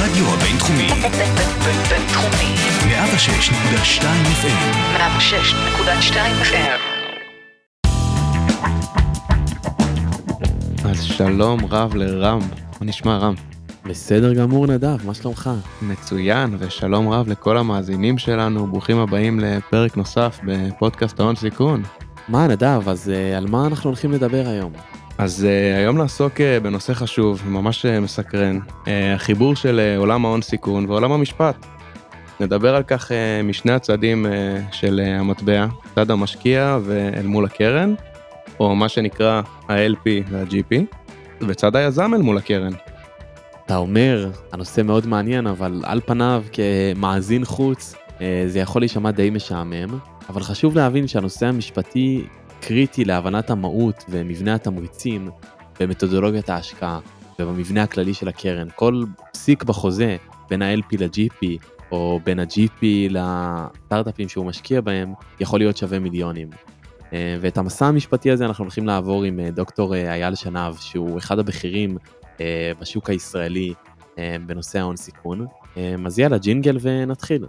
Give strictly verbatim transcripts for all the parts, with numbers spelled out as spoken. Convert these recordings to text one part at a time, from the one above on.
הרדיו הבינתחומי. בינתחומי. מאה ושש נקודה שתיים אף אם. מאה ושש נקודה שתיים אף אם. אז שלום רב לרם. מה נשמע רם? בסדר גמור נדב, מה שלומך? מצוין, ושלום רב לכל המאזינים שלנו. ברוכים הבאים לפרק נוסף בפודקאסט ההון סיכון. מה נדב, אז uh, על מה אנחנו הולכים לדבר היום? אז uh, היום נעסוק uh, בנושא חשוב, ממש uh, מסקרן, uh, החיבור של uh, עולם ההון סיכון ועולם המשפט. נדבר על כך uh, משני הצדים uh, של uh, המטבע, צד המשקיע ואל מול הקרן, או מה שנקרא ה-אל פי וה-ג'י פי, וצד היזם אל מול הקרן. אתה אומר, הנושא מאוד מעניין, אבל על פניו כמאזין חוץ, זה יכול להישמע די משעמם, אבל חשוב להבין שהנושא המשפטי קריטי להבנת המהות ומבנה התמריצים במתודולוגיית ההשקעה ובמבנה הכללי של הקרן. כל פסיק בחוזה בין ה-אל פי ל-ג'י פי או בין ה-ג'י פי לסטארט-אפים שהוא משקיע בהם יכול להיות שווה מיליונים. ואת המסע המשפטי הזה אנחנו הולכים לעבור עם דוקטור אייל שנב, שהוא אחד הבכירים בשוק הישראלי בנושא ההון סיכון. אז יאללה, ג'ינגל ונתחיל.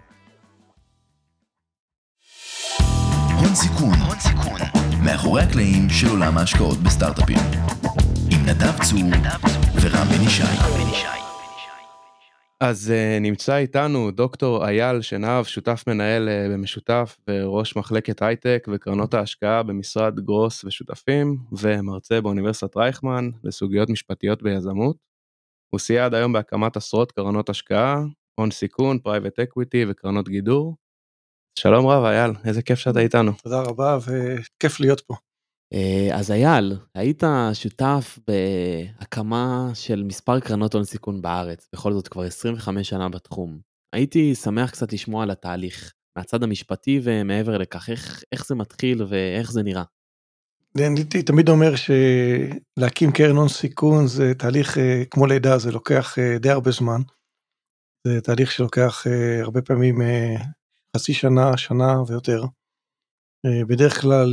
הון סיכון, הון סיכון, מאחורי הקלעים של עולם ההשקעות בסטארט-אפים. עם נדב צור ורם בן ישי. אז uh, נמצא איתנו דוקטור אייל שנב, שותף מנהל uh, במשותף וראש מחלקת הייטק וקרנות ההשקעה במשרד גרוס ושותפים, ומרצה באוניברסיטת רייכמן לסוגיות משפטיות ביזמות. הוא סייע עד היום בהקמת עשרות קרנות השקעה, הון סיכון, פרייבט אקוויטי וקרנות גידור. שלום רב אייל, איזה כיף שאתה איתנו. תודה רבה וכיף להיות פה. אז אייל, היית שותף בהקמה של מספר קרנות הון סיכון בארץ, בכל זאת כבר עשרים וחמש שנה בתחום. הייתי שמח קצת לשמוע על התהליך, מהצד המשפטי ומעבר לכך, איך, איך זה מתחיל ואיך זה נראה. אני תמיד אומר שלהקים קרן הון סיכון זה תהליך כמו לידה, זה לוקח די הרבה זמן. זה תהליך שלוקח הרבה פעמים חצי שנה, שנה ויותר. בדרך כלל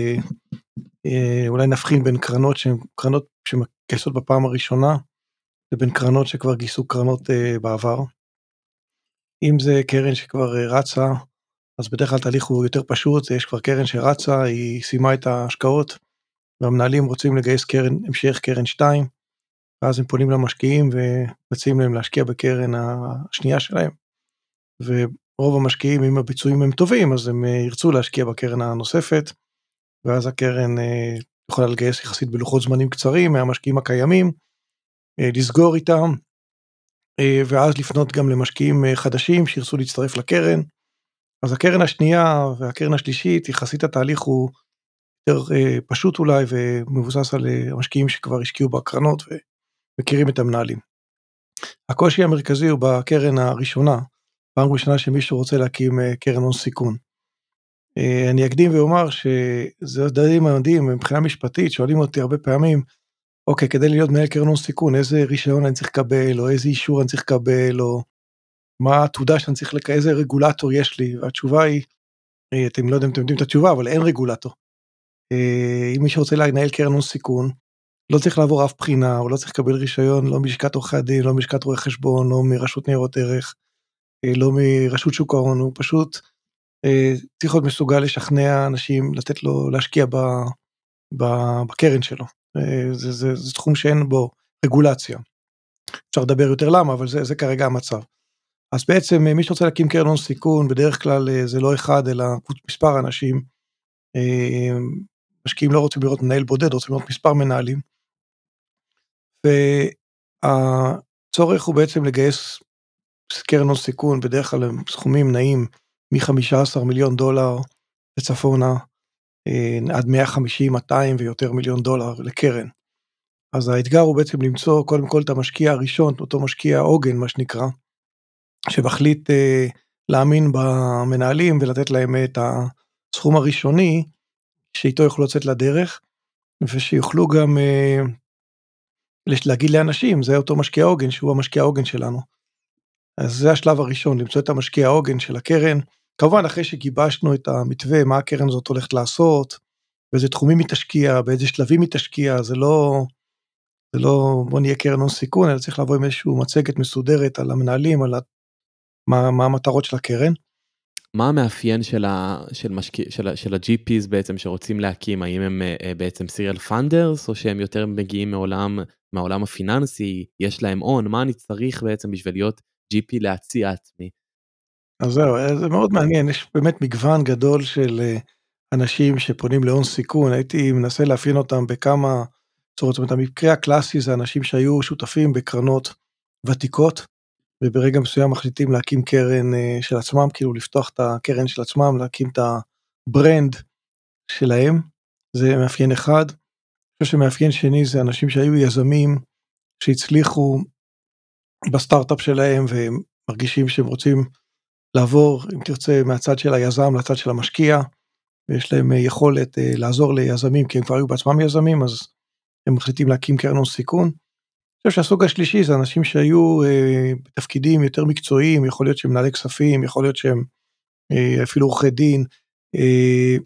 אולי נבחין בין קרנות שהן קרנות שמגייסות בפעם הראשונה, לבין קרנות שכבר גייסו קרנות בעבר. אם זה קרן שכבר רצה, אז בדרך כלל תהליך הוא יותר פשוט, יש כבר קרן שרצה, היא סיימה את ההשקעות, והמנהלים רוצים לגייס קרן, המשך קרן שתיים, ואז הם פונים למשקיעים ומציעים להם להשקיע בקרן השנייה שלהם. ורוב המשקיעים, אם הביצועים הם טובים, אז הם ירצו להשקיע בקרן הנוספת, ואז הקרן יכולה לגייס יחסית בלוחות זמנים קצרים מהמשקיעים הקיימים, לסגור איתם, ואז לפנות גם למשקיעים חדשים שירצו להצטרף לקרן. אז הקרן השנייה והקרן השלישית, יחסית התהליך הוא יותר פשוט אולי, ומבוסס על המשקיעים שכבר השקיעו בקרנות ומכירים את המנהלים. הקושי המרכזי הוא בקרן הראשונה, פעם ראשונה שמישהו רוצה להקים קרן הון סיכון. אני אקדים ואומר שזה די מדהים, מבחינה משפטית, שואלים אותי הרבה פעמים, אוקיי, כדי להיות מנהל קרן הון סיכון, איזה רישיון אני צריך לקבל, או איזה אישור אני צריך לקבל, או מה התעודה שאני צריך לקבל, איזה רגולטור יש לי, והתשובה היא, אתם לא יודעים, אתם יודעים את התשובה, אבל אין רגולטור. אם מי שרוצה לנהל קרן הון סיכון, לא צריך לעבור אף בחינה, או לא צריך לקבל רישיון, לא מלשכת עורכי הדין, לא מלשכת רואי חשבון, לא מרשות ניירות ערך, לא מרשות שוק ההון, הוא פשוט צריך להיות מסוגל לשכנע אנשים, לתת לו להשקיע ב, ב, בקרן שלו. זה, זה, זה תחום שאין בו רגולציה. אפשר לדבר יותר למה, אבל זה, זה כרגע המצב. אז בעצם מי שרוצה להקים קרן הון סיכון, בדרך כלל זה לא אחד, אלא מספר אנשים. משקיעים לא רוצים לראות מנהל בודד, רוצים לראות מספר מנהלים. והצורך הוא בעצם לגייס קרן הון סיכון, בדרך כלל סכומים נעים מ-חמישה עשר מיליון דולר לצפונה, עד מאה וחמישים, מאתיים ויותר מיליון דולר לקרן. אז האתגר הוא בעצם למצוא קודם כל את המשקיע הראשון, אותו משקיע עוגן מה שנקרא, שמחליט אה, להאמין במנהלים ולתת להם את הסכום הראשוני, שאיתו יוכלו לצאת לדרך, ושיוכלו גם אה, להגיד לאנשים, זה אותו משקיע עוגן, שהוא המשקיע העוגן שלנו. אז זה השלב הראשון, למצוא את המשקיע העוגן של הקרן, כמובן אחרי שגיבשנו את המתווה, מה הקרן הזאת הולכת לעשות, באיזה תחומים היא תשקיע, באיזה שלבים היא תשקיע, זה לא, זה לא בוא נהיה קרן הון סיכון, אלא צריך לבוא עם איזשהו מצגת מסודרת על המנהלים, על מה, מה המטרות של הקרן. מה המאפיין של ה, של משקיע, של ה, של ה-ג'י פי'ס בעצם שרוצים להקים? האם הם בעצם serial funders, או שהם יותר מגיעים מעולם, מהעולם הפיננסי, יש להם הון? מה אני צריך בעצם בשביל להיות ג'י פי להציע עצמי? אז זהו, זה מאוד מעניין, יש באמת מגוון גדול של אנשים שפונים להון סיכון, הייתי מנסה להפיין אותם בכמה צורות, זאת אומרת, המקרה הקלאסי זה אנשים שהיו שותפים בקרנות ותיקות, וברגע מסוים מחליטים להקים קרן של עצמם, כאילו לפתוח את הקרן של עצמם, להקים את הברנד שלהם, זה מאפיין אחד. אני חושב שמאפיין שני זה אנשים שהיו יזמים, שהצליחו בסטארט-אפ שלהם, והם מרגישים שהם רוצים לעבור, אם תרצה, מהצד של היזם לצד של המשקיע, ויש להם יכולת לעזור ליזמים, כי הם כבר היו בעצמם יזמים, אז הם מחליטים להקים קרן הון סיכון. אני חושב שהסוג השלישי זה אנשים שהיו אה, בתפקידים יותר מקצועיים, יכול להיות שהם מנהלי כספים, יכול להיות שהם אה, אפילו עורכי דין, אה,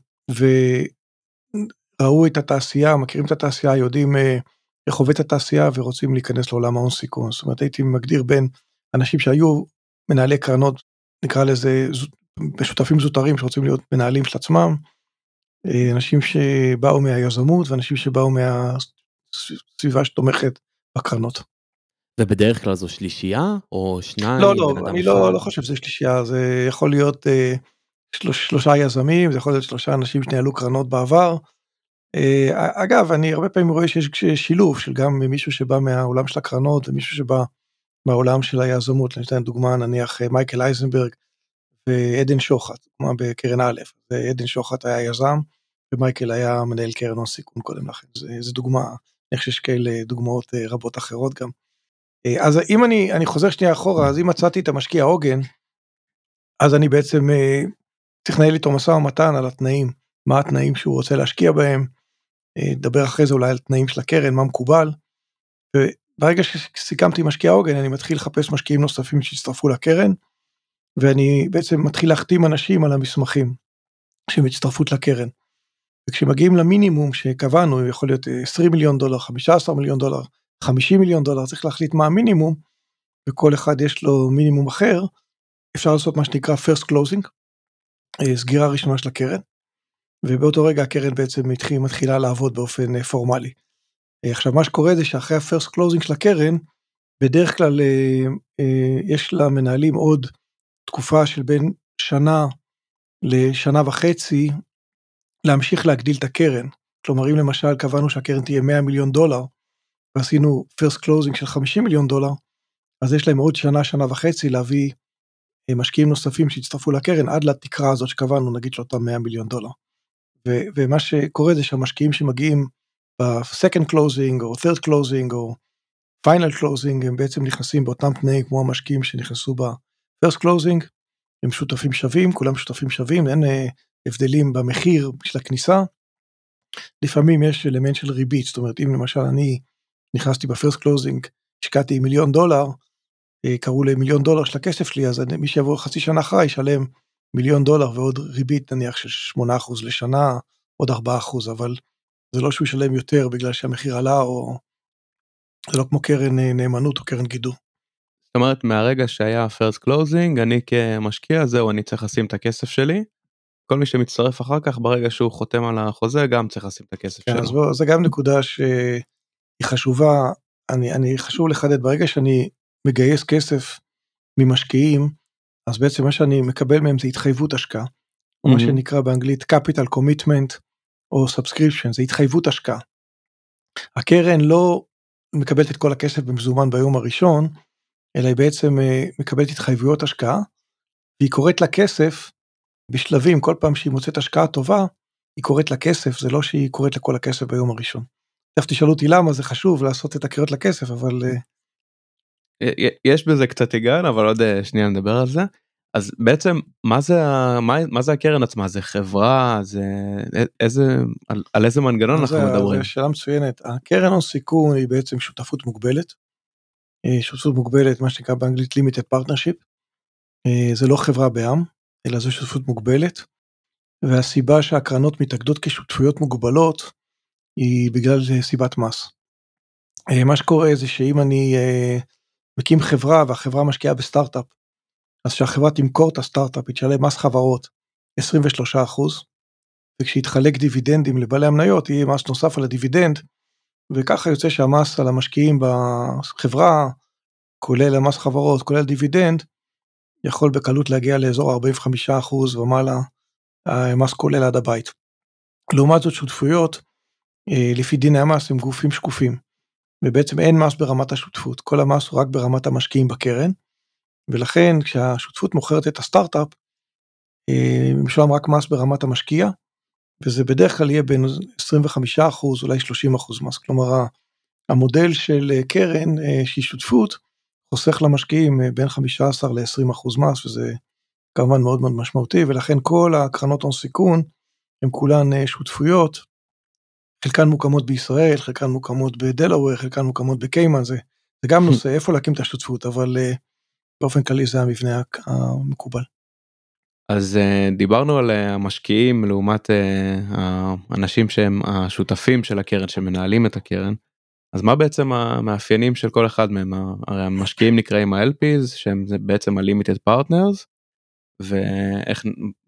וראו את התעשייה, מכירים את התעשייה, יודעים אה, איך עובד את התעשייה, ורוצים להיכנס לעולם ההון סיכון. זאת אומרת, הייתי מגדיר בין אנשים שהיו מנהלי קרנות, נקרא לזה משותפים זוטרים, שרוצים להיות מנהלים של עצמם, אה, אנשים שבאו מהיזמות, ואנשים שבאו מהסביבה שתומכת בקרנות. ובדרך כלל זו שלישייה או שניים? לא, לא, אני לא, לא חושב שזה שלישייה, זה יכול להיות אה, שלוש, שלושה יזמים, זה יכול להיות שלושה אנשים שניהלו קרנות בעבר. אה, אגב, אני הרבה פעמים רואה שיש שילוב של גם מישהו שבא מהעולם של הקרנות, ומישהו שבא מהעולם של היזמות. אני אתן דוגמה, נניח מייקל אייזנברג ועדן שוחט, כמו בקרן א', ועדן שוחט היה יזם, ומייקל היה מנהל קרן הון סיכון קודם לכן. זה, זה דוגמה, אני חושב שיש כאלה דוגמאות רבות אחרות גם. אז אם אני, אני חוזר שנייה אחורה, אז אם מצאתי את המשקיע עוגן, אז אני בעצם צריך לנהל איתו משא ומתן על התנאים, מה התנאים שהוא רוצה להשקיע בהם, דבר אחרי זה אולי על תנאים של הקרן, מה מקובל, וברגע שסיכמתי משקיע עוגן, אני מתחיל לחפש משקיעים נוספים שהצטרפו לקרן, ואני בעצם מתחיל להחתים אנשים על המסמכים, שהם הצטרפות לקרן, וכשמגיעים למינימום שקבענו, יכול להיות עשרים מיליון דולר, חמישה עשר מיליון דולר, חמישים מיליון דולר, צריך להחליט מה המינימום, וכל אחד יש לו מינימום אחר, אפשר לעשות מה שנקרא first closing, סגירה ראשונה של הקרן, ובאותו רגע הקרן בעצם מתחילה, מתחילה לעבוד באופן פורמלי. עכשיו מה שקורה זה שאחרי ה-first closing של הקרן, בדרך כלל יש למנהלים עוד תקופה של בין שנה לשנה וחצי, להמשיך להגדיל את הקרן. כלומר, אם למשל קבענו שהקרן תהיה מאה מיליון דולר, ועשינו first closing של חמישים מיליון דולר, אז יש להם עוד שנה, שנה וחצי להביא משקיעים נוספים שהצטרפו לקרן, עד לתקרה הזאת שקבענו, נגיד של אותם מאה מיליון דולר. ו- ומה שקורה זה שהמשקיעים שמגיעים ב-second closing, או third closing, או final closing, הם בעצם נכנסים באותם תנאים, כמו המשקיעים שנכנסו ב-first closing, הם שותפים שווים, כולם שותפים שווים, אין הבדלים במחיר של הכניסה, לפעמים יש אלמנט של ריבית, זאת אומרת, אם למשל אני נכנסתי ב-first closing, השקעתי מיליון דולר, קראו לי מיליון דולר של הכסף שלי, אז מי שיבוא חצי שנה אחרי, ישלם מיליון דולר ועוד ריבית נניח של שמונה אחוז לשנה, עוד ארבעה אחוז, אבל זה לא שהוא ישלם יותר בגלל שהמחיר עלה, או זה לא כמו קרן נאמנות או קרן גידור. זאת אומרת, מהרגע שהיה first closing, אני כמשקיע, זהו, אני צריך לשים את הכסף שלי, כל מי שמצטרף אחר כך, ברגע שהוא חותם על החוזה, גם צריך לשים את הכסף כן, שלו. אז בוא, זה גם נקודה שהיא חשובה, אני, אני חשוב לחדד, ברגע שאני מגייס כסף ממשקיעים, אז בעצם מה שאני מקבל מהם זה התחייבות השקעה, או מה שנקרא באנגלית capital commitment, או subscription, זה התחייבות השקעה. הקרן לא מקבלת את כל הכסף במזומן ביום הראשון, אלא היא בעצם מקבלת התחייבויות השקעה, והיא קוראת לכסף בשלבים, כל פעם שהיא מוצאת השקעה טובה, היא קוראת לכסף, זה לא שהיא קוראת לכל הכסף ביום הראשון. תכף תשאלו אותי למה, זה חשוב לעשות את הקריאות לכסף, אבל... יש בזה קצת היגיון, אבל עוד שנייה נדבר על זה. אז בעצם, מה זה, מה, מה זה הקרן עצמה? זה חברה? זה, איזה, על, על איזה מנגנון אנחנו מדברים? זו שאלה מצוינת. הקרן הון סיכון היא בעצם שותפות מוגבלת. שותפות מוגבלת, מה שנקרא באנגלית limited partnership. זה לא חברה בע"מ, אלא זו שותפות מוגבלת. והסיבה שהקרנות מתאגדות כשותפויות מוגבלות, היא בגלל סיבת מס. מה שקורה זה שאם אני מקים חברה והחברה משקיעה בסטארט-אפ, אז שהחברה תמכור את הסטארט-אפ, היא תשלם מס חברות עשרים ושלושה אחוז, וכשהתחלק דיבידנדים לבעלי המניות, יהיה מס נוסף על הדיבידנד, וככה יוצא שהמס על המשקיעים בחברה, כולל המס חברות, כולל דיבידנד, יכול בקלות להגיע לאזור ארבעים וחמישה אחוז ומעלה, המס כולל עד הבית. לעומת זאת שותפויות, לפי דיני המס, הם גופים שקופים, ובעצם אין מס ברמת השותפות, כל המס הוא רק ברמת המשקיעים בקרן, ולכן כשהשותפות מוכרת את הסטארט-אפ, משלם רק מס ברמת המשקיע, וזה בדרך כלל יהיה בין עשרים וחמישה אחוז, אולי שלושים אחוז מס, כלומר המודל של קרן שהיא שותפות, חוסך למשקיעים בין חמישה עשר ל-עשרים אחוז מס, וזה כמובן מאוד מאוד משמעותי, ולכן כל הקרנות הון סיכון, הן כולן שותפויות, חלקן מוקמות בישראל, חלקן מוקמות בדלאוור, חלקן מוקמות בקיימן, זה, זה גם נושא, איפה להקים את השותפות, אבל באופן כללי זה המבנה המקובל. אז דיברנו על המשקיעים לעומת האנשים שהם השותפים של הקרן, שמנהלים את הקרן, אז מה בעצם המאפיינים של כל אחד מהם? הרי המשקיעים נקראים ה-אל פי'ס, שהם בעצם ה-Limited Partners, ואיך,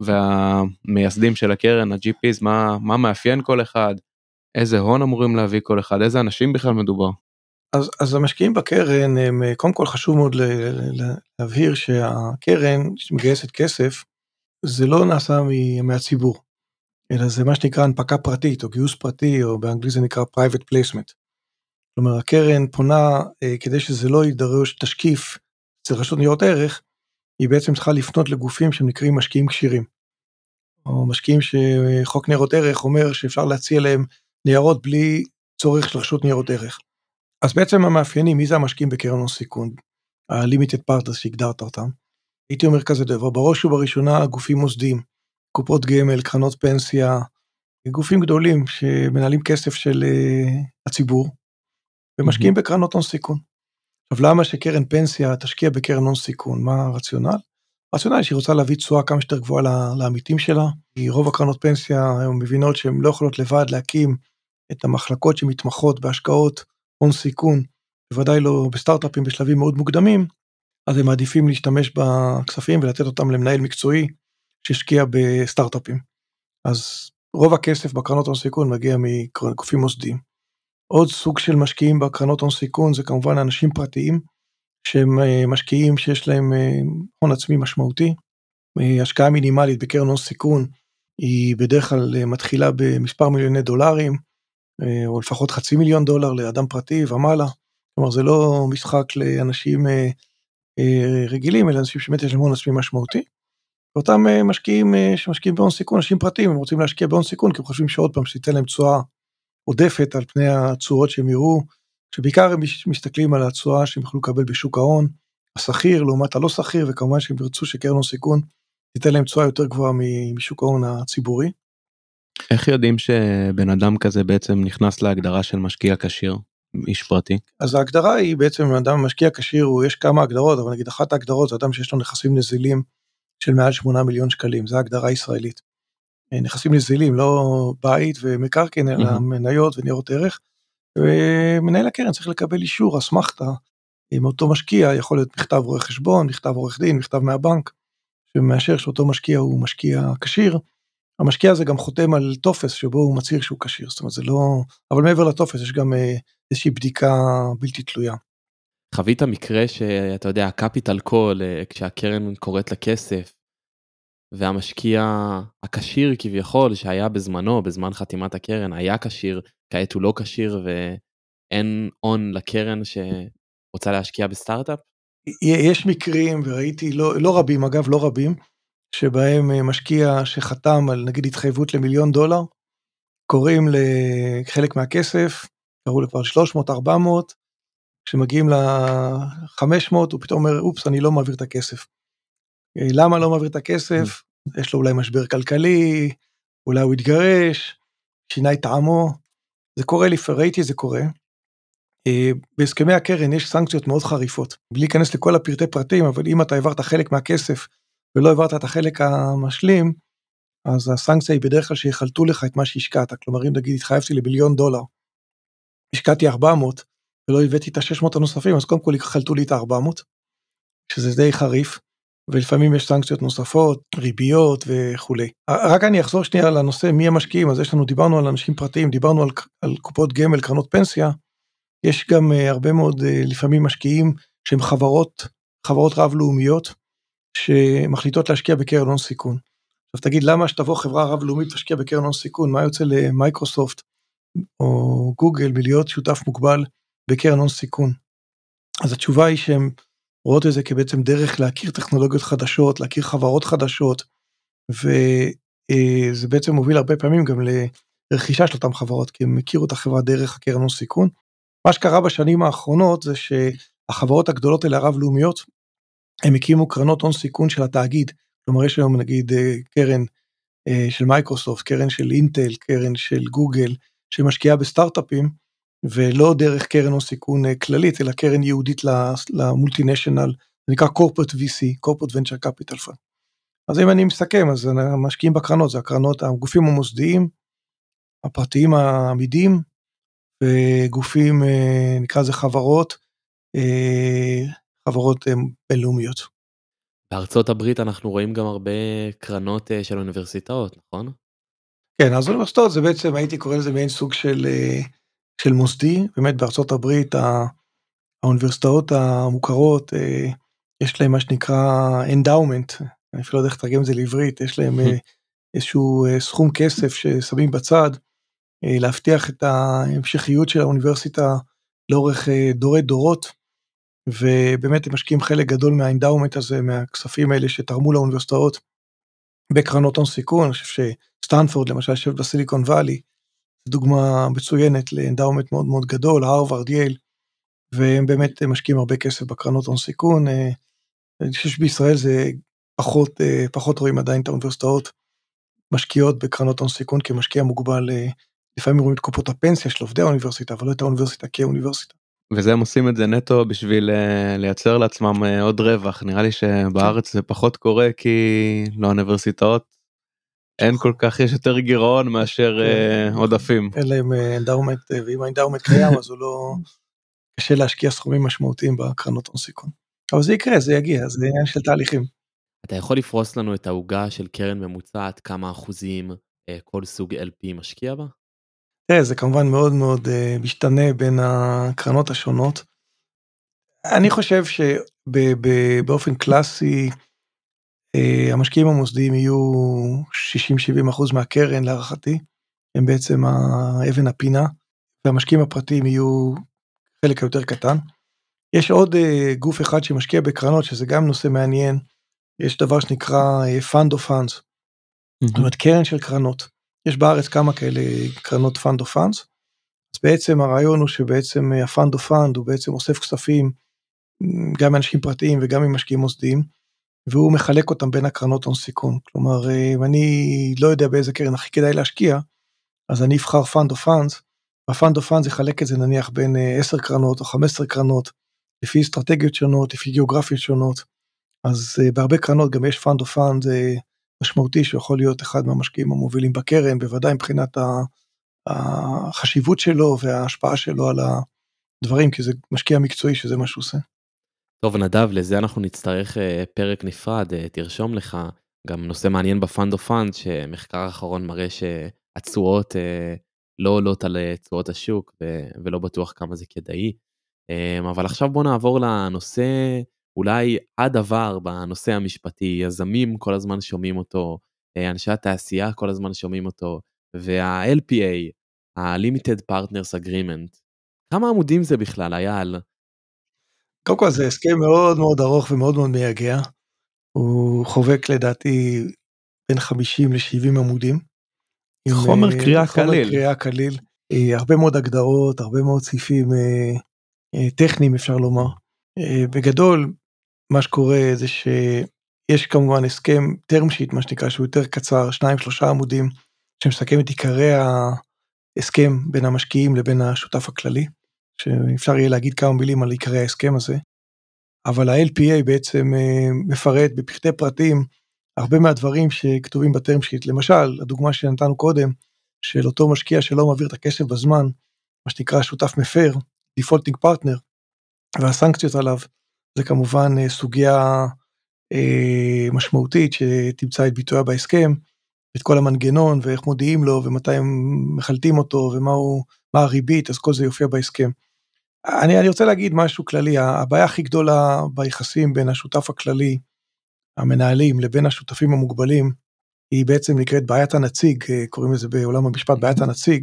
והמייסדים של הקרן, ה-ג'י פי'ס, מה, מה מאפיין כל אחד? איזה הון אמורים להביא כל אחד? איזה אנשים בכלל מדובר? אז, אז המשקיעים בקרן, הם, קודם כל חשוב מאוד להבהיר שהקרן שמגייסת כסף, זה לא נעשה מהציבור, אלא זה מה שנקרא הנפקה פרטית, או גיוס פרטי, או באנגלית זה נקרא private placement. כלומר, הקרן פונה, כדי שזה לא יידרש תשקיף אצל רשות ניירות ערך, היא בעצם צריכה לפנות לגופים שהם נקראים משקיעים כשירים, או משקיעים שחוק ניירות ערך אומר שאפשר להציע להם ניירות בלי צורך של רשות ניירות ערך. אז בעצם המאפיינים, מי זה המשקיעים בקרן הון סיכון, ה-Limited Partners שהגדרת אותם, הייתי אומר כזה דבר, בראש ובראשונה גופים מוסדיים, קופות גמל, קרנות פנסיה, גופים גדולים שמנהלים כסף של uh, הציבור, ומשקיעים mm-hmm. בקרנות הון סיכון. עכשיו למה שקרן פנסיה תשקיע בקרן הון סיכון? מה הרציונל? הרציונל שהיא רוצה להביא תשואה כמה שיותר גבוהה לעמיתים שלה, כי רוב הקרנות פנסיה היום מבינות שהן לא יכולות לבד להקים את המחלקות שמתמחות בהשקעות הון סיכון, בוודאי לא בסטארט-אפים בשלבים מאוד מוקדמים, אז הם מעדיפים להשתמש בכספים ולתת אותם למנהל מקצועי שהשקיע בסטארט-אפים. אז רוב הכסף בקרנות הון סיכון מגיע מגופים מוסדיים. עוד סוג של משקיעים בקרנות הון סיכון זה כמובן אנשים פרטיים, שהם משקיעים שיש להם הון עצמי משמעותי. השקעה מינימלית בקרן הון סיכון היא בדרך כלל מתחילה במספר מיליוני דולרים, או לפחות חצי מיליון דולר לאדם פרטי ומעלה. כלומר זה לא משחק לאנשים רגילים, אלא אנשים שבאמת יש להם הון עצמי משמעותי. ואותם משקיעים שמשקיעים בהון סיכון, אנשים פרטיים, הם רוצים להשקיע בהון סיכון, כי הם חושבים שעוד פעם שתיתן להם תשואה עודפת על פני הצורות שהם יראו, שבעיקר הם מסתכלים על התשואה שהם יכולו לקבל בשוק ההון, השכיר לעומת הלא שכיר, וכמובן שהם ירצו שקרן הון סיכון תיתן להם תשואה יותר גבוהה משוק ההון הציבורי. איך יודעים שבן אדם כזה בעצם נכנס להגדרה של משקיע כשיר, איש פרטי? אז ההגדרה היא בעצם, אדם משקיע כשיר, יש כמה הגדרות, אבל נגיד אחת ההגדרות זה אדם שיש לו נכסים נזילים של מעל שמונה מיליון שקלים, זו ההגדרה ישראלית. נכסים נזילים, לא בית ומקרקעין, אלא מניות וניירות ערך, ומנהל הקרן צריך לקבל אישור, אסמכתה, אם אותו משקיע, יכול להיות מכתב רואה חשבון, מכתב עורך דין, מכתב מהבנק, שמאשר שאותו משקיע הוא משקיע כשיר, המשקיע הזה גם חותם על טופס שבו הוא מצהיר שהוא כשיר, זאת אומרת זה לא, אבל מעבר לטופס יש גם איזושהי בדיקה בלתי תלויה. חווית מקרה שאתה יודע, הקפיטל קול, כשהקרן קוראת לכסף, והמשקיע הכשיר כביכול, שהיה בזמנו, בזמן חתימת הקרן, היה כשיר, כעת הוא לא כשיר, ואין הון לקרן שרוצה להשקיע בסטארט-אפ? יש מקרים, וראיתי, לא, לא רבים, אגב לא רבים, שבהם משקיע שחתם על נגיד התחייבות למיליון דולר, קוראים לחלק מהכסף, קראו לכבר שלוש מאות ארבע מאות, כשמגיעים ל-חמש מאות, הוא פתאום אומר, אופס, אני לא מעביר את הכסף. למה לא מעביר את הכסף? יש לו אולי משבר כלכלי, אולי הוא יתגרש, שינה את טעמו, זה קורה לי, ראיתי זה קורה. בהסכמי הקרן יש סנקציות מאוד חריפות, בלי להיכנס לכל הפרטי פרטים, אבל אם אתה העברת חלק מהכסף, ולא העברת את החלק המשלים, אז הסנקציה היא בדרך כלל שיחלטו לך את מה שהשקעת, כלומר אם נגיד התחייבתי לביליון דולר, השקעתי ארבע מאות, ולא הבאתי את ה-שש מאות הנוספים, אז קודם כל חלטו לי את ה-ארבע מאות, שזה די חריף, ולפעמים יש סנקציות נוספות, ריביות וכו'. רק אני אחזור שנייה על הנושא, מי המשקיעים, אז יש לנו, דיברנו על אנשים פרטיים, דיברנו על, על קופות גמל, קרנות פנסיה, יש גם uh, הרבה מאוד uh, לפעמים משקיעים שהם חברות, חברות רב-לאומיות, שמחליטות להשקיע בקרן הון סיכון. עכשיו תגיד, למה שתבוא חברה רב-לאומית תשקיע בקרן הון סיכון? מה יוצא למייקרוסופט או גוגל מלהיות שותף מוגבל בקרן הון סיכון? אז התשובה היא שהם רואות את זה כבעצם דרך להכיר טכנולוגיות חדשות, להכיר חברות חדשות, וזה בעצם מוביל הרבה פעמים גם לרכישה של אותם חברות, כי הם הכירו את החברה דרך הקרן הון סיכון. מה שקרה בשנים האחרונות זה שהחברות הגדולות האלה הרב-לאומיות, הם הקימו קרנות הון סיכון של התאגיד, כלומר יש היום נגיד קרן של מייקרוסופט, קרן של אינטל, קרן של גוגל, שמשקיעה בסטארט-אפים, ולא דרך קרן הון סיכון כללית, אלא קרן יהודית למולטינשיונל, זה נקרא corporate וי סי, corporate venture capital fund. אז אם אני מסכם, אז משקיעים בקרנות, זה הקרנות, הגופים המוסדיים, הפרטיים העמידים, וגופים, נקרא זה חברות, חברות בינלאומיות. בארצות הברית אנחנו רואים גם הרבה קרנות של אוניברסיטאות, נכון? כן, אז אוניברסיטאות זה בעצם, הייתי קורא לזה מעין סוג של, של מוסדי, באמת בארצות הברית, האוניברסיטאות המוכרות, יש להם מה שנקרא endowment, אני אפילו לא יודע איך לתרגם את זה לעברית, יש להם איזשהו סכום כסף ששמים בצד, להבטיח את ההמשכיות של האוניברסיטה לאורך דורי דורות, ובאמת הם משקיעים חלק גדול מהאנדאומנט הזה, מהכספים האלה שתרמו לאוניברסיטאות בקרנות הון סיכון. אני חושב שסטנפורד למשל יושב בסיליקון ואלי, זו דוגמה מצוינת לאנדאומנט מאוד מאוד גדול, הרווארד, יייל, והם באמת משקיעים הרבה כסף בקרנות הון סיכון. אני חושב שבישראל זה פחות, פחות רואים עדיין את האוניברסיטאות משקיעות בקרנות הון סיכון כמשקיע מוגבל, לפעמים רואים את קופות הפנסיה של עובדי האוניברסיטה, אבל לא את האוניברסיטה כאוניברסיטה. וזה הם עושים את זה נטו בשביל לייצר לעצמם עוד רווח. נראה לי שבארץ זה פחות קורה, כי לאוניברסיטאות אין כל כך, יש יותר גירעון מאשר עודפים. אין להם אנדאומנט, ואם האנדאומנט קיים, אז הוא לא קשה להשקיע סכומים משמעותיים בקרנות הון סיכון. אבל זה יקרה, זה יגיע, זה עניין של תהליכים. אתה יכול לפרוס לנו את ההוגה של קרן ממוצעת, כמה אחוזים כל סוג אל פי משקיע בה? תראה, זה כמובן מאוד מאוד משתנה בין הקרנות השונות. אני חושב שבאופן קלאסי, המשקיעים המוסדיים יהיו שישים עד שבעים אחוז מהקרן להערכתי, הם בעצם האבן הפינה, והמשקיעים הפרטיים יהיו חלק יותר קטן. יש עוד גוף אחד שמשקיע בקרנות, שזה גם נושא מעניין, יש דבר שנקרא Fund of Funds, זאת אומרת קרן של קרנות. יש בארץ כמה כאלה קרנות Fund of Funds, אז בעצם הרעיון הוא שבעצם ה-Fund of Fund הוא בעצם אוסף כספים, גם מאנשים פרטיים וגם ממשקיעים מוסדיים, והוא מחלק אותם בין הקרנות הון סיכון. כלומר, אם אני לא יודע באיזה קרן הכי כדאי להשקיע, אז אני אבחר Fund of Funds, וה-Fund of Funds יחלק את זה נניח בין עשר קרנות או חמש עשרה קרנות, לפי אסטרטגיות שונות, לפי גיאוגרפיות שונות. אז בהרבה קרנות גם יש Fund of Funds משמעותי, שיכול להיות אחד מהמשקיעים המובילים בקרן, בוודאי מבחינת החשיבות שלו וההשפעה שלו על הדברים, כי זה משקיע מקצועי שזה מה שהוא עושה. טוב נדב, לזה אנחנו נצטרך פרק נפרד, תרשום לך, גם נושא מעניין בפאנד אוף פאנד, שמחקר האחרון מראה שהתשואות לא עולות על תשואות השוק, ולא בטוח כמה זה כדאי. אבל עכשיו בוא נעבור לנושא, אולי הדבר בנושא המשפטי, יזמים כל הזמן שומעים אותו, אנשי התעשייה כל הזמן שומעים אותו, וה-אל פי איי, ה-Limited Partners Agreement, כמה עמודים זה בכלל, אייל? קודם כל זה הסכם מאוד מאוד ארוך ומאוד מאוד מייגע, הוא חובק לדעתי בין חמישים ל-שבעים עמודים. חומר קריאה חומר קליל. חומר קריאה קליל, הרבה מאוד הגדרות, הרבה מאוד סעיפים טכניים אפשר לומר. בגדול, מה שקורה זה שיש כמובן הסכם term sheet, מה שנקרא, שהוא יותר קצר, שניים שלושה עמודים, שמסכם את עיקרי ההסכם בין המשקיעים לבין השותף הכללי, שאפשר יהיה להגיד כמה מילים על עיקרי ההסכם הזה, אבל ה-אל פי איי בעצם מפרט בפרטי פרטים, הרבה מהדברים שכתובים בטרם שיט, למשל, הדוגמה שנתנו קודם, של אותו משקיע שלא מעביר את הכסף בזמן, מה שנקרא שותף מפר, ה-defaulting partner והסנקציות עליו, זה כמובן סוגיה משמעותית שתמצא את ביטויה בהסכם, את כל המנגנון ואיך מודיעים לו ומתי הם מחלטים אותו ומה הוא, מה הריבית, אז כל זה יופיע בהסכם. אני, אני רוצה להגיד משהו כללי, הבעיה הכי גדולה ביחסים בין השותף הכללי, המנהלים, לבין השותפים המוגבלים, היא בעצם נקראת בעיית הנציג, קוראים לזה בעולם המשפט בעיית הנציג,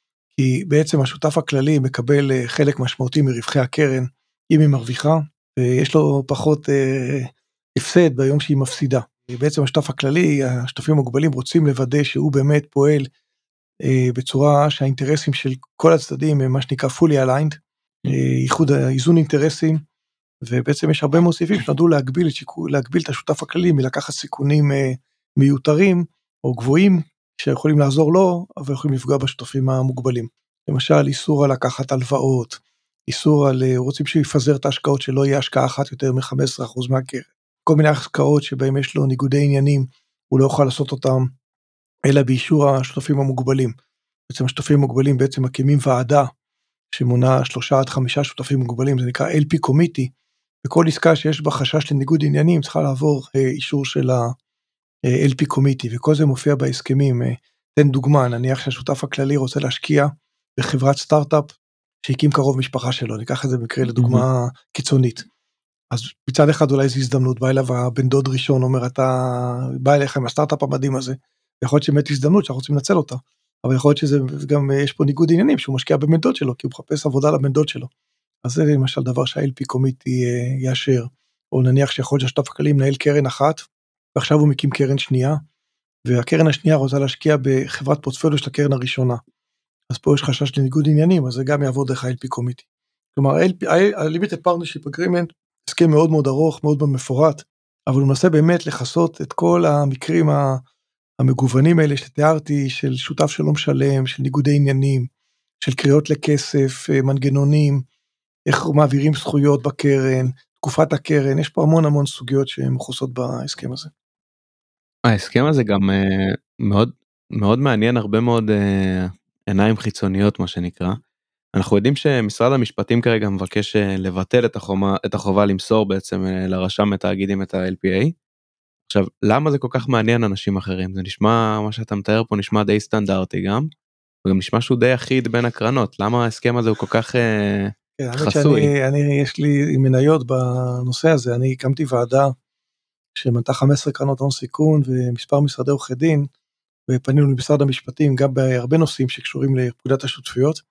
כי בעצם השותף הכללי מקבל חלק משמעותי מרווחי הקרן, אם היא מרוויחה, ויש לו פחות אה, הפסד ביום שהיא מפסידה. בעצם השותף הכללי, השותפים המוגבלים רוצים לוודא שהוא באמת פועל אה, בצורה שהאינטרסים של כל הצדדים הם מה שנקרא fully aligned, אה, ייחוד איזון אינטרסים, ובעצם יש הרבה מוסיפים שנדעו להגביל את, שיקול, להגביל את השותף הכללי מלקחת סיכונים אה, מיותרים או גבוהים שיכולים לעזור לו, אבל יכולים לפגוע בשותפים המוגבלים. למשל, איסור על לקחת הלוואות, איסור על, רוצים שיפזר את ההשקעות שלא יהיה השקעה אחת יותר מ-חמישה עשר אחוז מהקרן. כל מיני השקעות שבהם יש לו ניגודי עניינים, הוא לא יכול לעשות אותם, אלא באישור השותפים המוגבלים. בעצם השותפים המוגבלים בעצם מקימים ועדה, שמונה שלושה עד חמישה שותפים מוגבלים, זה נקרא אל פי Committee, וכל עסקה שיש בה חשש לניגוד עניינים, צריכה לעבור אישור של ה-אל פי Committee, וכל זה מופיע בהסכמים. תן דוגמה, נניח שהשותף הכללי רוצה להשקיע בחברת סטארט-אפ, שהקים קרוב משפחה שלו, ניקח את זה במקרה לדוגמה קיצונית. אז מצד אחד אולי זו הזדמנות, בא אליו הבן דוד ראשון, אומר, אתה בא אליך עם הסטארט-אפ המדהים הזה, יכול להיות שבאמת הזדמנות שאנחנו רוצים לנצל אותה, אבל יכול להיות שזה גם, יש פה ניגוד עניינים, שהוא משקיע בבן דוד שלו, כי הוא מחפש עבודה לבן דוד שלו. אז זה למשל דבר שה-אל פי Committee יאשר, או נניח שיכול להיות שהשותף הכללי מנהל קרן אחת, ועכשיו הוא מקים קרן שנייה, והקרן השנייה רוצה להשקיע בחברת פורטפוליו של הקרן הראשונה. אז פה יש חשש לניגוד עניינים, אז זה גם יעבור דרך ה-אל פי Committee. כלומר, ה-Limited Partnership Agreement, הסכם מאוד מאוד ארוך, מאוד מאוד מפורט, אבל הוא מנסה באמת לחסות את כל המקרים המגוונים האלה שתיארתי, של שותף שלא משלם, של ניגודי עניינים, של קריאות לכסף, מנגנונים, איך מעבירים זכויות בקרן, תקופת הקרן, יש פה המון המון סוגיות שהן מחוסות בהסכם הזה. ההסכם הזה גם מאוד מאוד מעניין, הרבה מאוד עיניים חיצוניות מה שנקרא. אנחנו יודעים שמשרד המשפטים כרגע מבקש לבטל את החומה, את החובה למסור בעצם לרשם התאגידים את ה-אל פי איי. עכשיו, למה זה כל כך מעניין אנשים אחרים? זה נשמע, מה שאתה מתאר פה נשמע די סטנדרטי גם, וגם נשמע שהוא די אחיד בין הקרנות. למה ההסכם הזה הוא כל כך כן, חסוי? אני, אני, יש לי מניות בנושא הזה, אני הקמתי ועדה שמנתה חמש עשרה קרנות הון סיכון ומספר משרדי עורכי דין, ופנינו למשרד המשפטים גם בהרבה נושאים שקשורים לפקודת השותפויות,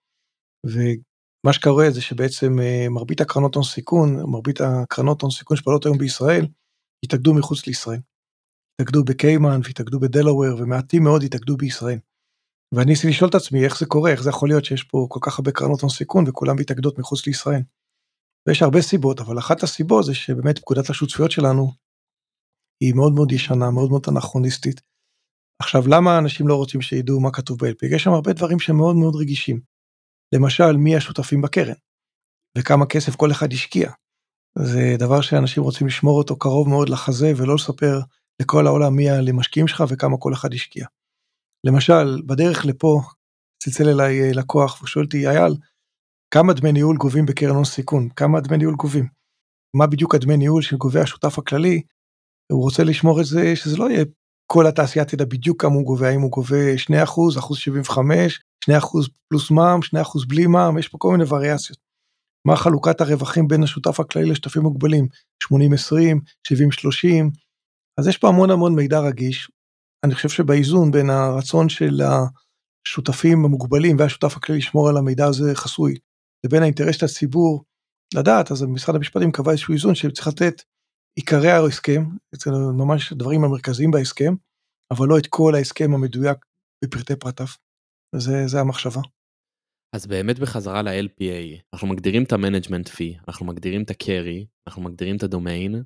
ומה שקורה זה שבעצם מרבית הקרנות הון סיכון, מרבית הקרנות הון סיכון שפעלות היום בישראל, התאגדו מחוץ לישראל. התאגדו בקיימן והתאגדו בדלאוור, ומעטים מאוד התאגדו בישראל. ואני ניסיתי לשאול את עצמי איך זה קורה, איך זה יכול להיות שיש פה כל כך הרבה קרנות הון סיכון, וכולם מתאגדות מחוץ לישראל. ויש הרבה סיבות, אבל אחת הסיבות זה שבאמת פקודת השותפויות שלנו, היא מאוד מאוד ישנה, מאוד מאוד אנכרוניסטית. עכשיו, למה אנשים לא רוצים שידעו מה כתוב ב-אל פי איי? יש שם הרבה דברים שמאוד מאוד רגישים. למשל, מי השותפים בקרן, וכמה כסף כל אחד השקיע. זה דבר שאנשים רוצים לשמור אותו קרוב מאוד לחזה, ולא לספר לכל העולם מי המשקיעים שלך, וכמה כל אחד השקיע. למשל, בדרך לפה, צלצל אליי לקוח, ושואל אותי, אייל, כמה דמי ניהול גובים בקרן הון סיכון? כמה דמי ניהול גובים? מה בדיוק הדמי ניהול שגובה השותף הכללי? הוא רוצה לשמור את זה, שזה לא יהיה כל התעשייה תדע בדיוק כמה הוא גובה, האם הוא גובה שני אחוז, אחוז שבעים וחמש, שני אחוז פלוס מע"מ, שני אחוז בלי מע"מ, יש פה כל מיני וריאציות. מה חלוקת הרווחים בין השותף הכללי לשותפים מוגבלים? שמונים עשרים, שבעים שלושים, אז יש פה המון המון מידע רגיש. אני חושב שבאיזון בין הרצון של השותפים המוגבלים והשותף הכללי לשמור על המידע הזה חסוי, לבין האינטרס של הציבור לדעת, אז משרד המשפטים קבע איזשהו איזון שצריך לתת עיקרי ההסכם, זה ממש דברים המרכזיים בהסכם, אבל לא את כל ההסכם המדויק בפרטי פרטיו. זה, זה המחשבה. אז באמת בחזרה ל-אל פי איי, אנחנו מגדירים את ה-management fee, אנחנו מגדירים את ה-carry, אנחנו מגדירים את הדומיין,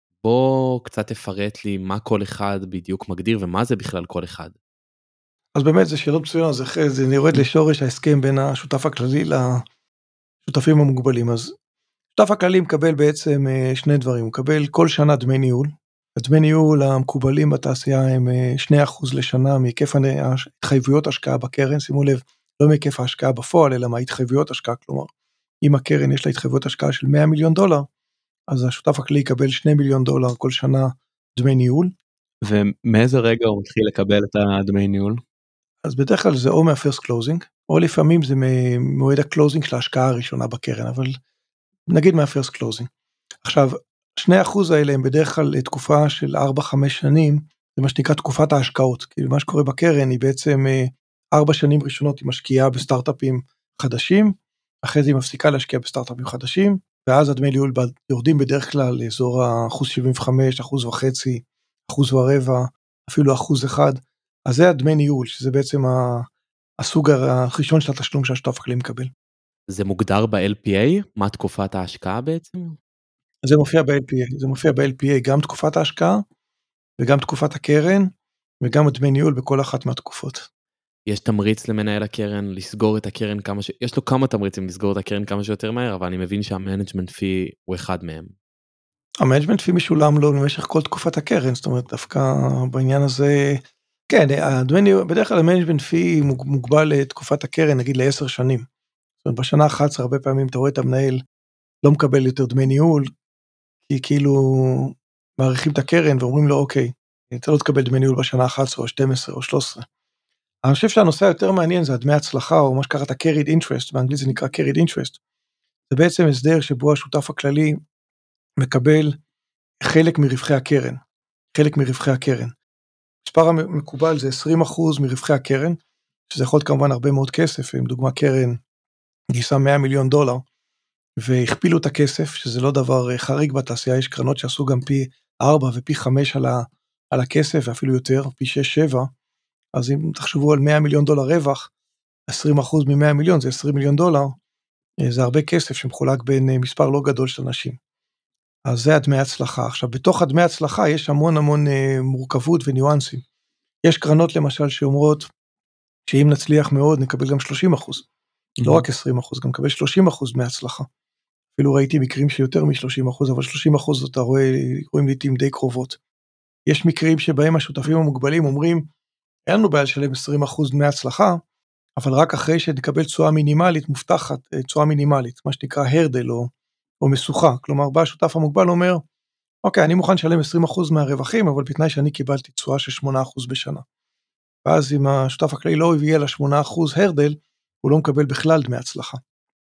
בוא קצת תפרט לי מה כל אחד בדיוק מגדיר, ומה זה בכלל כל אחד. אז באמת זה שאלות מצוינות, זה, זה נרד לשורש ההסכם בין השותף הכללי לשותפים המוגבלים. אז השותף הכללי מקבל בעצם שני דברים, הוא מקבל כל שנה דמי ניהול, הדמי ניהול המקובלים בתעשייה הם שני אחוז לשנה מהיקף ההתחייבויות השקעה בקרן, שימו לב, לא מהיקף ההשקעה בפועל, אלא מההתחייבויות השקעה, כלומר, אם הקרן יש לה התחייבויות השקעה של מאה מיליון דולר, אז השותף הכללי יקבל שני מיליון דולר כל שנה דמי ניהול. ומאיזה רגע הוא מתחיל לקבל את הדמי ניהול? אז בדרך כלל זה או מה-first closing, או לפעמים זה ממועד הקלוזינג של ההשקעה הראשונה בקרן, אבל נגיד מה-first closing. עכשיו, שני אחוז האלה הם בדרך כלל תקופה של ארבע חמש שנים, זה מה שנקרא תקופת ההשקעות, כי מה שקורה בקרן היא בעצם ארבע שנים ראשונות היא משקיעה בסטארט-אפים חדשים, אחרי זה היא מפסיקה להשקיע בסטארט-אפים חדשים, ואז הדמי ניהול יורדים בדרך כלל לאזור האחוז שבעים וחמש, אחוז וחצי, אחוז ורבע, אפילו אחוז אחד, אז זה הדמי ניהול, שזה בעצם הסוג הראשון של התשלום שהשותף הכללי מקבל. זה מוגדר ב-אל פי איי? מה תקופת ההשקעה בעצם? זה מופיע ב-אל פי איי, זה מופיע ב-אל פי איי גם תקופת ההשקעה, וגם תקופת הקרן, וגם דמי ניהול בכל אחת מהתקופות. יש תמריץ למנהל הקרן לסגור את הקרן כמה ש... יש לו כמה תמריצים לסגור את הקרן כמה שיותר מהר, אבל אני מבין שהמנג'מנט פי הוא אחד מהם. המנג'מנט פי משולם לו במשך כל תקופת הקרן, זאת אומרת, דווקא בעניין הזה, כן, הדמי ניהול, בדרך כלל המנג'מנט פי מוגבל לתקופת הקרן, נגיד לעשר שנים. זאת אומרת, בשנה אחת עשרה, הרבה פעמים אתה רואה את המנהל לא מקבל יותר דמי ניהול, כי כאילו מעריכים את הקרן ואומרים לו, אוקיי, אתה לא תקבל דמי ניהול בשנה אחת עשרה או שתים עשרה או שלוש עשרה. אני חושב שהנושא היותר מעניין זה הדמי הצלחה, או מה שקראת carried interest, באנגלית זה נקרא carried interest. זה בעצם הסדר שבו השותף הכללי מקבל חלק מרווחי הקרן, חלק מרווחי הקרן. מספר המקובל זה עשרים אחוז מרווחי הקרן, שזה יכול להיות כמובן הרבה מאוד כסף, אם דוגמה קרן גייסה מאה מיליון דולר, והכפילו את הכסף, שזה לא דבר חריג בתעשייה, יש קרנות שעשו גם פי ארבע ופי חמש על, ה, על הכסף, ואפילו יותר, פי שש שבע, אז אם תחשבו על מאה מיליון דולר רווח, עשרים אחוז מ-מאה מיליון זה עשרים מיליון דולר, זה הרבה כסף שמחולק בין מספר לא גדול של אנשים. אז זה הדמי הצלחה. עכשיו, בתוך הדמי הצלחה יש המון המון מורכבות וניואנסים. יש קרנות למשל שאומרות, שאם נצליח מאוד נקבל גם שלושים אחוז, mm-hmm. לא רק עשרים אחוז, גם נקבל שלושים אחוז דמי הצלחה. אפילו ראיתי מקרים שיותר מ-שלושים אחוז, אבל שלושים אחוז אתה רואה, רואים לעתים די קרובות. יש מקרים שבהם השותפים המוגבלים אומרים, אין לנו בעיה לשלם עשרים אחוז דמי הצלחה, אבל רק אחרי שנקבל תשואה מינימלית מובטחת, תשואה מינימלית, מה שנקרא הרדל או, או מסוכה. כלומר, בא השותף המוגבל אומר, אוקיי, אני מוכן לשלם עשרים אחוז מהרווחים, אבל בתנאי שאני קיבלתי תשואה של שמונה אחוז בשנה. ואז אם השותף הכללי לא הביא לה שמונה אחוז הרדל, הוא לא מקבל בכלל דמי הצלחה.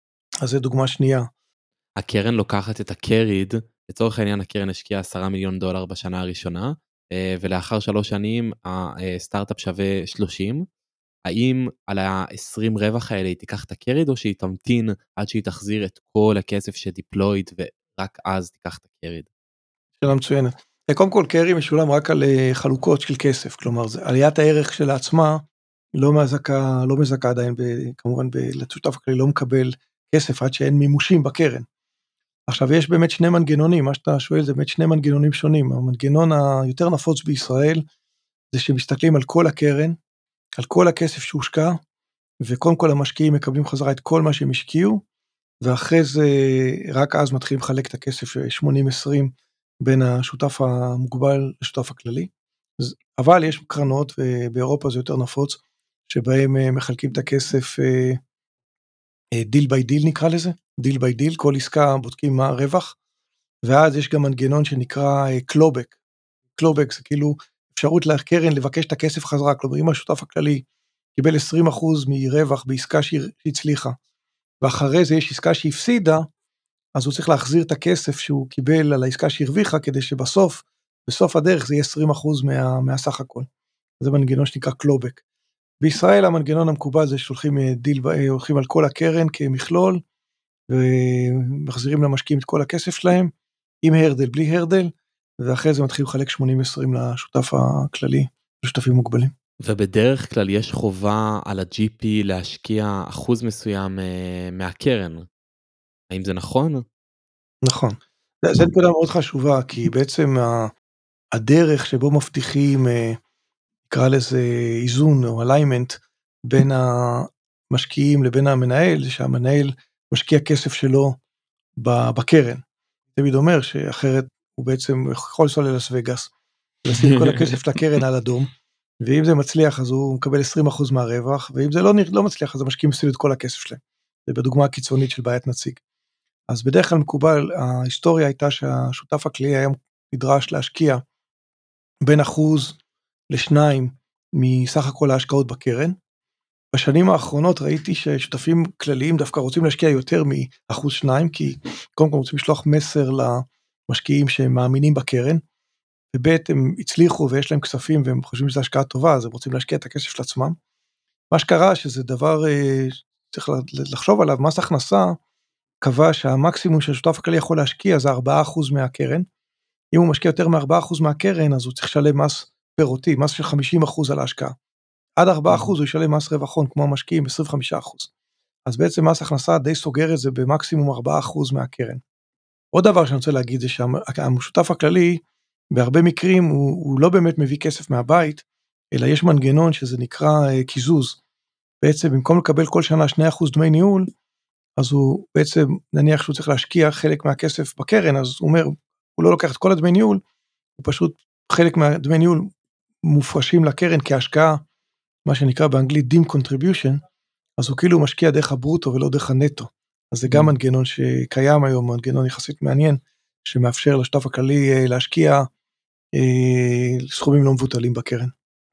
אז זו דוגמה שנייה. הקרן לוקחת את הקריד, לצורך העניין הקרן השקיעה עשרה מיליון דולר בשנה הראשונה, ולאחר שלוש שנים הסטארט-אפ שווה שלושים, האם על ה-עשרים רווח האלה היא תיקח את הקריד, או שהיא תמתין עד שהיא תחזיר את כל הכסף שדיפלויד, ורק אז תיקח את הקריד? שאלה מצוינת. קודם כל, קרי משולם רק על חלוקות של כסף, כלומר, עליית הערך של עצמה לא מזכה, לא מזכה עדיין, כמובן, לשותף הכללי לא מקבל כסף עד שאין מימושים בקרן. עכשיו, יש באמת שני מנגנונים, מה שאתה שואל זה באמת שני מנגנונים שונים. המנגנון היותר נפוץ בישראל, זה שמסתכלים על כל הקרן, על כל הכסף שהושקע, וקודם כל המשקיעים מקבלים חזרה את כל מה שהם השקיעו, ואחרי זה רק אז מתחילים לחלק את הכסף שמונים עשרים בין השותף המוגבל לשותף הכללי. אבל יש קרנות, ובאירופה זה יותר נפוץ, שבהם מחלקים את הכסף דיל ביי דיל נקרא לזה, דיל ביי דיל, כל עסקה בודקים מה הרווח, ואז יש גם מנגנון שנקרא קלובק. קלובק זה כאילו אפשרות לקרן לבקש את הכסף חזרה, כלומר אם השותף הכללי קיבל עשרים אחוז מרווח בעסקה שהצליחה, ואחרי זה יש עסקה שהפסידה, אז הוא צריך להחזיר את הכסף שהוא קיבל על העסקה שהרוויחה, כדי שבסוף, בסוף הדרך זה יהיה עשרים אחוז מה, מהסך הכל. זה מנגנון שנקרא קלובק. בישראל המנגנון המקובל זה שולחים דיל, הולכים על כל הקרן כמכלול, ומחזירים למשקיעים את כל הכסף שלהם, עם הרדל, בלי הרדל, ואחרי זה מתחילים לחלק שמונים עשרים לשותף הכללי, לשותפים מוגבלים. ובדרך כלל יש חובה על ה-ג'י פי להשקיע אחוז מסוים מהקרן. האם זה נכון? נכון. זו נקודה מאוד חשובה, כי בעצם הדרך שבו מבטיחים, נקרא לזה איזון או אליימנט, בין המשקיעים לבין המנהל, זה שהמנהל משקיע כסף שלו בקרן. תמיד אומר שאחרת הוא בעצם יכול לנסוע ללאס וגאס, לשים כל הכסף לקרן על אדום, ואם זה מצליח אז הוא מקבל עשרים אחוז מהרווח, ואם זה לא, לא מצליח אז המשקיעים מפסידו את כל הכסף שלהם. זה בדוגמה הקיצונית של בעיית נציג. אז בדרך כלל מקובל, ההיסטוריה הייתה שהשותף הכללי היה נדרש להשקיע בין אחוז לשניים מסך הכל ההשקעות בקרן. בשנים האחרונות ראיתי ששותפים כלליים דווקא רוצים להשקיע יותר מאחוז שניים, כי קודם כל רוצים לשלוח מסר למשקיעים שהם מאמינים בקרן, ובית הם הצליחו ויש להם כספים והם חושבים שזו השקעה טובה, אז הם רוצים להשקיע את הכסף של עצמם. מה שקרה שזה דבר, צריך לחשוב עליו, מס הכנסה קבע שהמקסימום שהשותף הכללי יכול להשקיע זה ארבעה אחוז מהקרן, אם הוא משקיע יותר מ-ארבעה אחוז מהקרן, אז הוא צריך לשלם מס פירותי, מס של חמישים אחוז על ההשקעה. עד ארבעה אחוז הוא ישלם מס רווחון, כמו המשקיעים, עשרים וחמישה אחוז. אז בעצם מס הכנסה די סוגר את זה במקסימום ארבעה אחוז מהקרן. עוד דבר שאני רוצה להגיד זה שהשותף הכללי, בהרבה מקרים הוא, הוא לא באמת מביא כסף מהבית, אלא יש מנגנון שזה נקרא קיזוז. בעצם במקום לקבל כל שנה שני אחוז דמי ניהול, אז הוא בעצם נניח שהוא צריך להשקיע חלק מהכסף בקרן, אז הוא אומר, הוא לא לוקח את כל הדמי ניהול, הוא פשוט חלק מהדמי ניהול מופרשים לקרן כהשקעה, מה שנקרא באנגלית dim contribution, אז הוא כאילו משקיע דרך הברוטו ולא דרך הנטו. אז זה גם מנגנון שקיים היום, מנגנון יחסית מעניין, שמאפשר לשותף הכללי להשקיע אה, סכומים לא מבוטלים בקרן.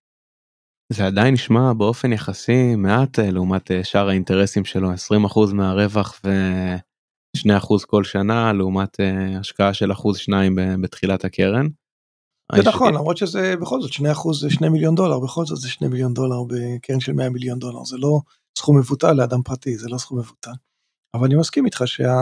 זה עדיין נשמע באופן יחסי מעט לעומת שאר האינטרסים שלו, עשרים אחוז מהרווח ו-שני אחוז כל שנה, לעומת השקעה של אחוז שניים בתחילת הקרן. זה נכון, למרות שזה בכל זאת שני אחוז זה שני מיליון דולר, בכל זאת זה שני מיליון דולר בקרן של מאה מיליון דולר, זה לא סכום מבוטל לאדם פרטי, זה לא סכום מבוטל. אבל אני מסכים איתך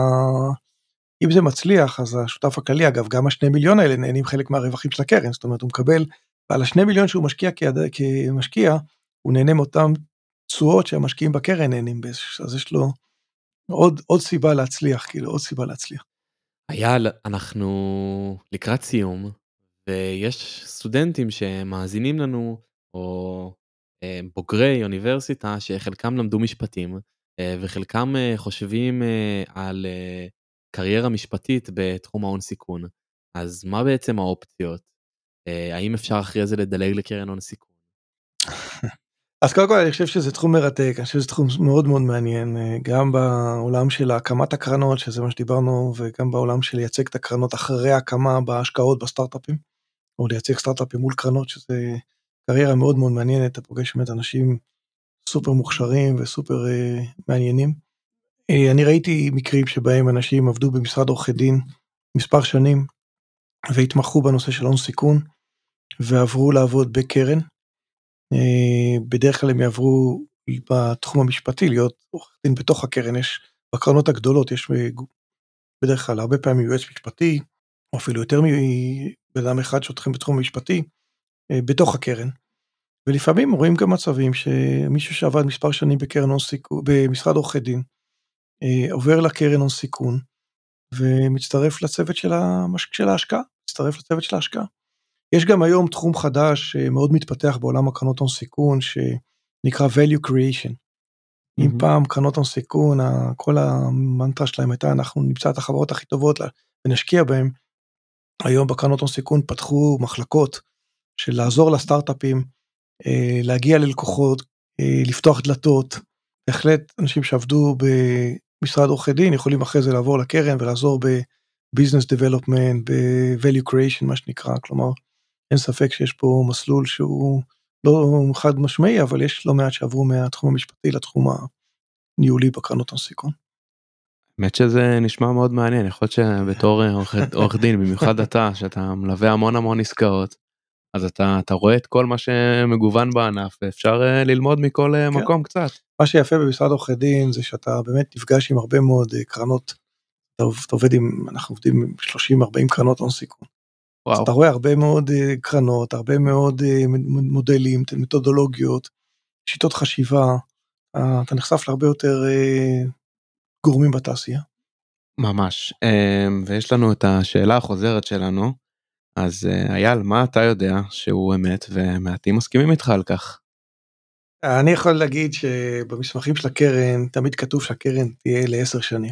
שאם זה מצליח, אז השותף הכללי, אגב, גם השני מיליון האלה נהנים חלק מהרווחים של הקרן, זאת אומרת, הוא מקבל, ועל השני מיליון שהוא משקיע כמשקיע, הוא נהנה מאותם תשואות שהמשקיעים בקרן נהנים, אז יש לו עוד, עוד סיבה להצליח, כאילו, עוד סיבה להצליח. אייל, אנחנו לקראת סיום, ויש סטודנטים שמאזינים לנו, או בוגרי אוניברסיטה, שחלקם למדו משפטים, וחלקם חושבים על קריירה משפטית בתחום ההון סיכון. אז מה בעצם האופציות? האם אפשר אחרי זה לדלג לקרן הון סיכון? אז קודם כל אני חושב שזה תחום מרתק, אני חושב שזה תחום מאוד מאוד מעניין, גם בעולם של הקמת הקרנות, שזה מה שדיברנו, וגם בעולם של לייצג את הקרנות אחרי הקמה בהשקעות בסטארט-אפים, או לייצג סטארט-אפים מול קרנות, שזה קריירה מאוד מאוד מעניינת, אתה פוגש באמת אנשים סופר מוכשרים וסופר uh, מעניינים. Uh, אני ראיתי מקרים שבהם אנשים עבדו במשרד עורכי דין מספר שנים, והתמחו בנושא של הון סיכון, ועברו לעבוד בקרן, uh, בדרך כלל הם יעברו בתחום המשפטי, להיות עורכי דין בתוך הקרן, יש בקרנות הגדולות, יש בדרך כלל הרבה פעמים יועץ משפטי, או אפילו יותר מבן אחד שעותכים בתחום המשפטי, uh, בתוך הקרן. ולפעמים רואים גם מצבים שמישהו שעבד מספר שנים בקרן הון סיכון, במשרד עורכי דין, עובר לקרן הון סיכון, ומצטרף לצוות של, המש... של ההשקעה, מצטרף לצוות של ההשקעה. יש גם היום תחום חדש שמאוד מתפתח בעולם הקרנות הון סיכון, שנקרא value creation. Mm-hmm. אם פעם קרנות הון סיכון, כל המנטרה שלהם הייתה, אנחנו נמצא את החברות הכי טובות ונשקיע בהן, היום בקרנות הון סיכון פתחו מחלקות של לעזור לסטארט-אפים, להגיע ללקוחות, לפתוח דלתות, בהחלט אנשים שעבדו במשרד עורכי דין, יכולים אחרי זה לעבור לקרן ולעזור ב-business development, ב-value creation, מה שנקרא, כלומר, אין ספק שיש פה מסלול שהוא לא חד משמעי, אבל יש לא מעט שעברו מהתחום המשפטי לתחום הניהולי בקרנות הון סיכון. האמת שזה נשמע מאוד מעניין, יכול להיות שבתור עורך דין, במיוחד אתה, שאתה מלווה המון המון עסקאות, אז אתה, אתה רואה את כל מה שמגוון בענף, ואפשר ללמוד מכל כן. מקום קצת. מה שיפה במשרד עורכי דין, זה שאתה באמת נפגש עם הרבה מאוד קרנות, אתה, אתה עובד עם, אנחנו עובדים עם שלושים ארבעים קרנות הון סיכון. אז אתה רואה הרבה מאוד קרנות, הרבה מאוד מודלים, מתודולוגיות, שיטות חשיבה, אתה נחשף להרבה יותר גורמים בתעשייה. ממש, ויש לנו את השאלה החוזרת שלנו, אז אייל, מה אתה יודע שהוא אמת, ומעטים מסכימים איתך על כך? אני יכול להגיד שבמסמכים של הקרן, תמיד כתוב שהקרן תהיה לעשר שנים.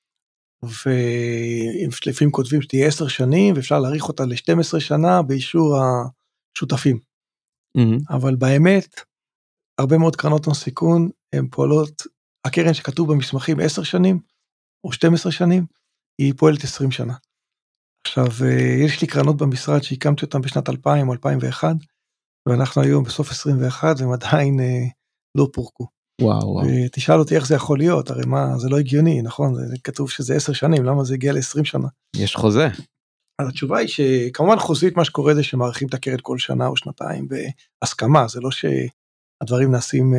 ולפעמים כותבים שתהיה עשר שנים, ואפשר להאריך אותה ל-שתים עשרה שנה, באישור השותפים. Mm-hmm. אבל באמת, הרבה מאוד קרנות הון סיכון, הן פועלות, הקרן שכתוב במסמכים עשר שנים, או שתים עשרה שנים, היא פועלת עשרים שנה. עכשיו, יש לי קרנות במשרד שהקמתי אותן בשנת אלפיים או אלפיים ואחת, ואנחנו היום בסוף עשרים ואחת, והם עדיין לא פורקו. וואו, וואו. ותשאל אותי איך זה יכול להיות, הרי מה, זה לא הגיוני, נכון? זה כתוב שזה עשר שנים, למה זה הגיע ל-עשרים שנה? יש חוזה. אז התשובה היא שכמובן חוזית מה שקורה זה שמעריכים את הקרן כל שנה או שנתיים בהסכמה, זה לא שהדברים נעשים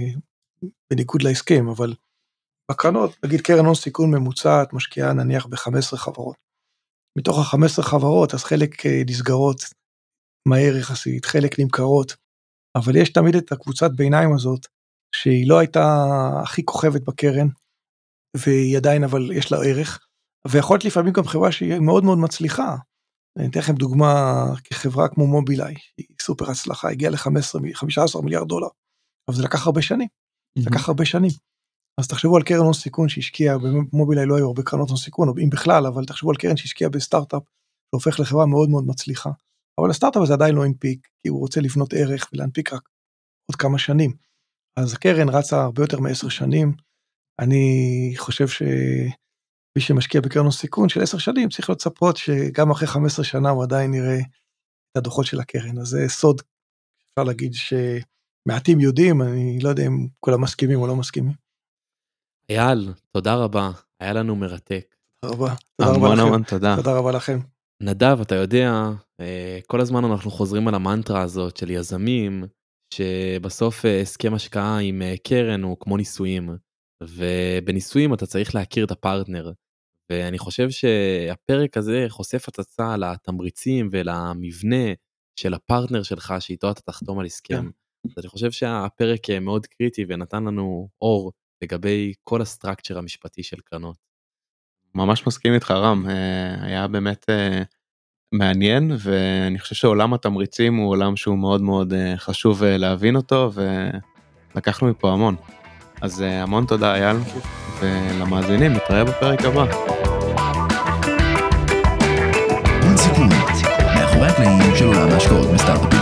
בניגוד להסכם, אבל בקרנות, נגיד קרן הון סיכון ממוצעת, משקיעה נניח ב-חמש עשרה חברות. מתוך ה-חמש עשרה חברות, אז חלק נסגרות מהר יחסית, חלק נמכרות, אבל יש תמיד את הקבוצת ביניים הזאת, שהיא לא הייתה הכי כוכבת בקרן, והיא עדיין אבל יש לה ערך, ויכול להיות לפעמים גם חברה שהיא מאוד מאוד מצליחה. אני אתן לכם דוגמה כחברה כמו מובילאיי, היא סופר הצלחה, הגיעה ל-חמישה עשר מיליארד דולר, אבל זה לקח הרבה שנים, זה לקח הרבה שנים. אז תחשבו על קרן הון סיכון שהשקיעה, במובילאיי לא היו הרבה קרנות הון סיכון, אם בכלל, אבל תחשבו על קרן שהשקיעה בסטארט-אפ, שהופך לחברה מאוד מאוד מצליחה. אבל הסטארט-אפ הזה עדיין לא הנפיק, כי הוא רוצה לבנות ערך ולהנפיק רק עוד כמה שנים. אז הקרן רצה הרבה יותר מעשר שנים. אני חושב שמי שמשקיע בקרן הון סיכון של עשר שנים, צריך לצפות שגם אחרי חמש עשרה שנה הוא עדיין נראה את הדוחות של הקרן. אז זה סוד, אפשר להגיד שמעטים יודעים, אני לא יודע אם כולם מסכימים או לא מסכימים. אייל, תודה רבה, היה לנו מרתק. תודה רבה. תודה רבה המון לכם. המון תודה. תודה רבה לכם. נדב, אתה יודע, כל הזמן אנחנו חוזרים על המנטרה הזאת של יזמים, שבסוף הסכם השקעה עם קרן הוא כמו ניסויים, ובניסויים אתה צריך להכיר את הפרטנר, ואני חושב שהפרק הזה חושף הצצה על התמריצים ולמבנה של הפרטנר שלך, שאיתו אתה תחתום על הסכם. אז אני חושב שהפרק מאוד קריטי ונתן לנו אור לגבי כל הסטרקצ'ר המשפטי של קרנות. ממש מסכים איתך רם, היה באמת מעניין, ואני חושב שעולם התמריצים הוא עולם שהוא מאוד מאוד חשוב להבין אותו, ולקחנו מפה המון. אז המון תודה אייל, ולמאזינים נתראה בפרק הבא. הון סיכון, מאחורי הקלעים של עולם ההשקעות בסטארט-אפים.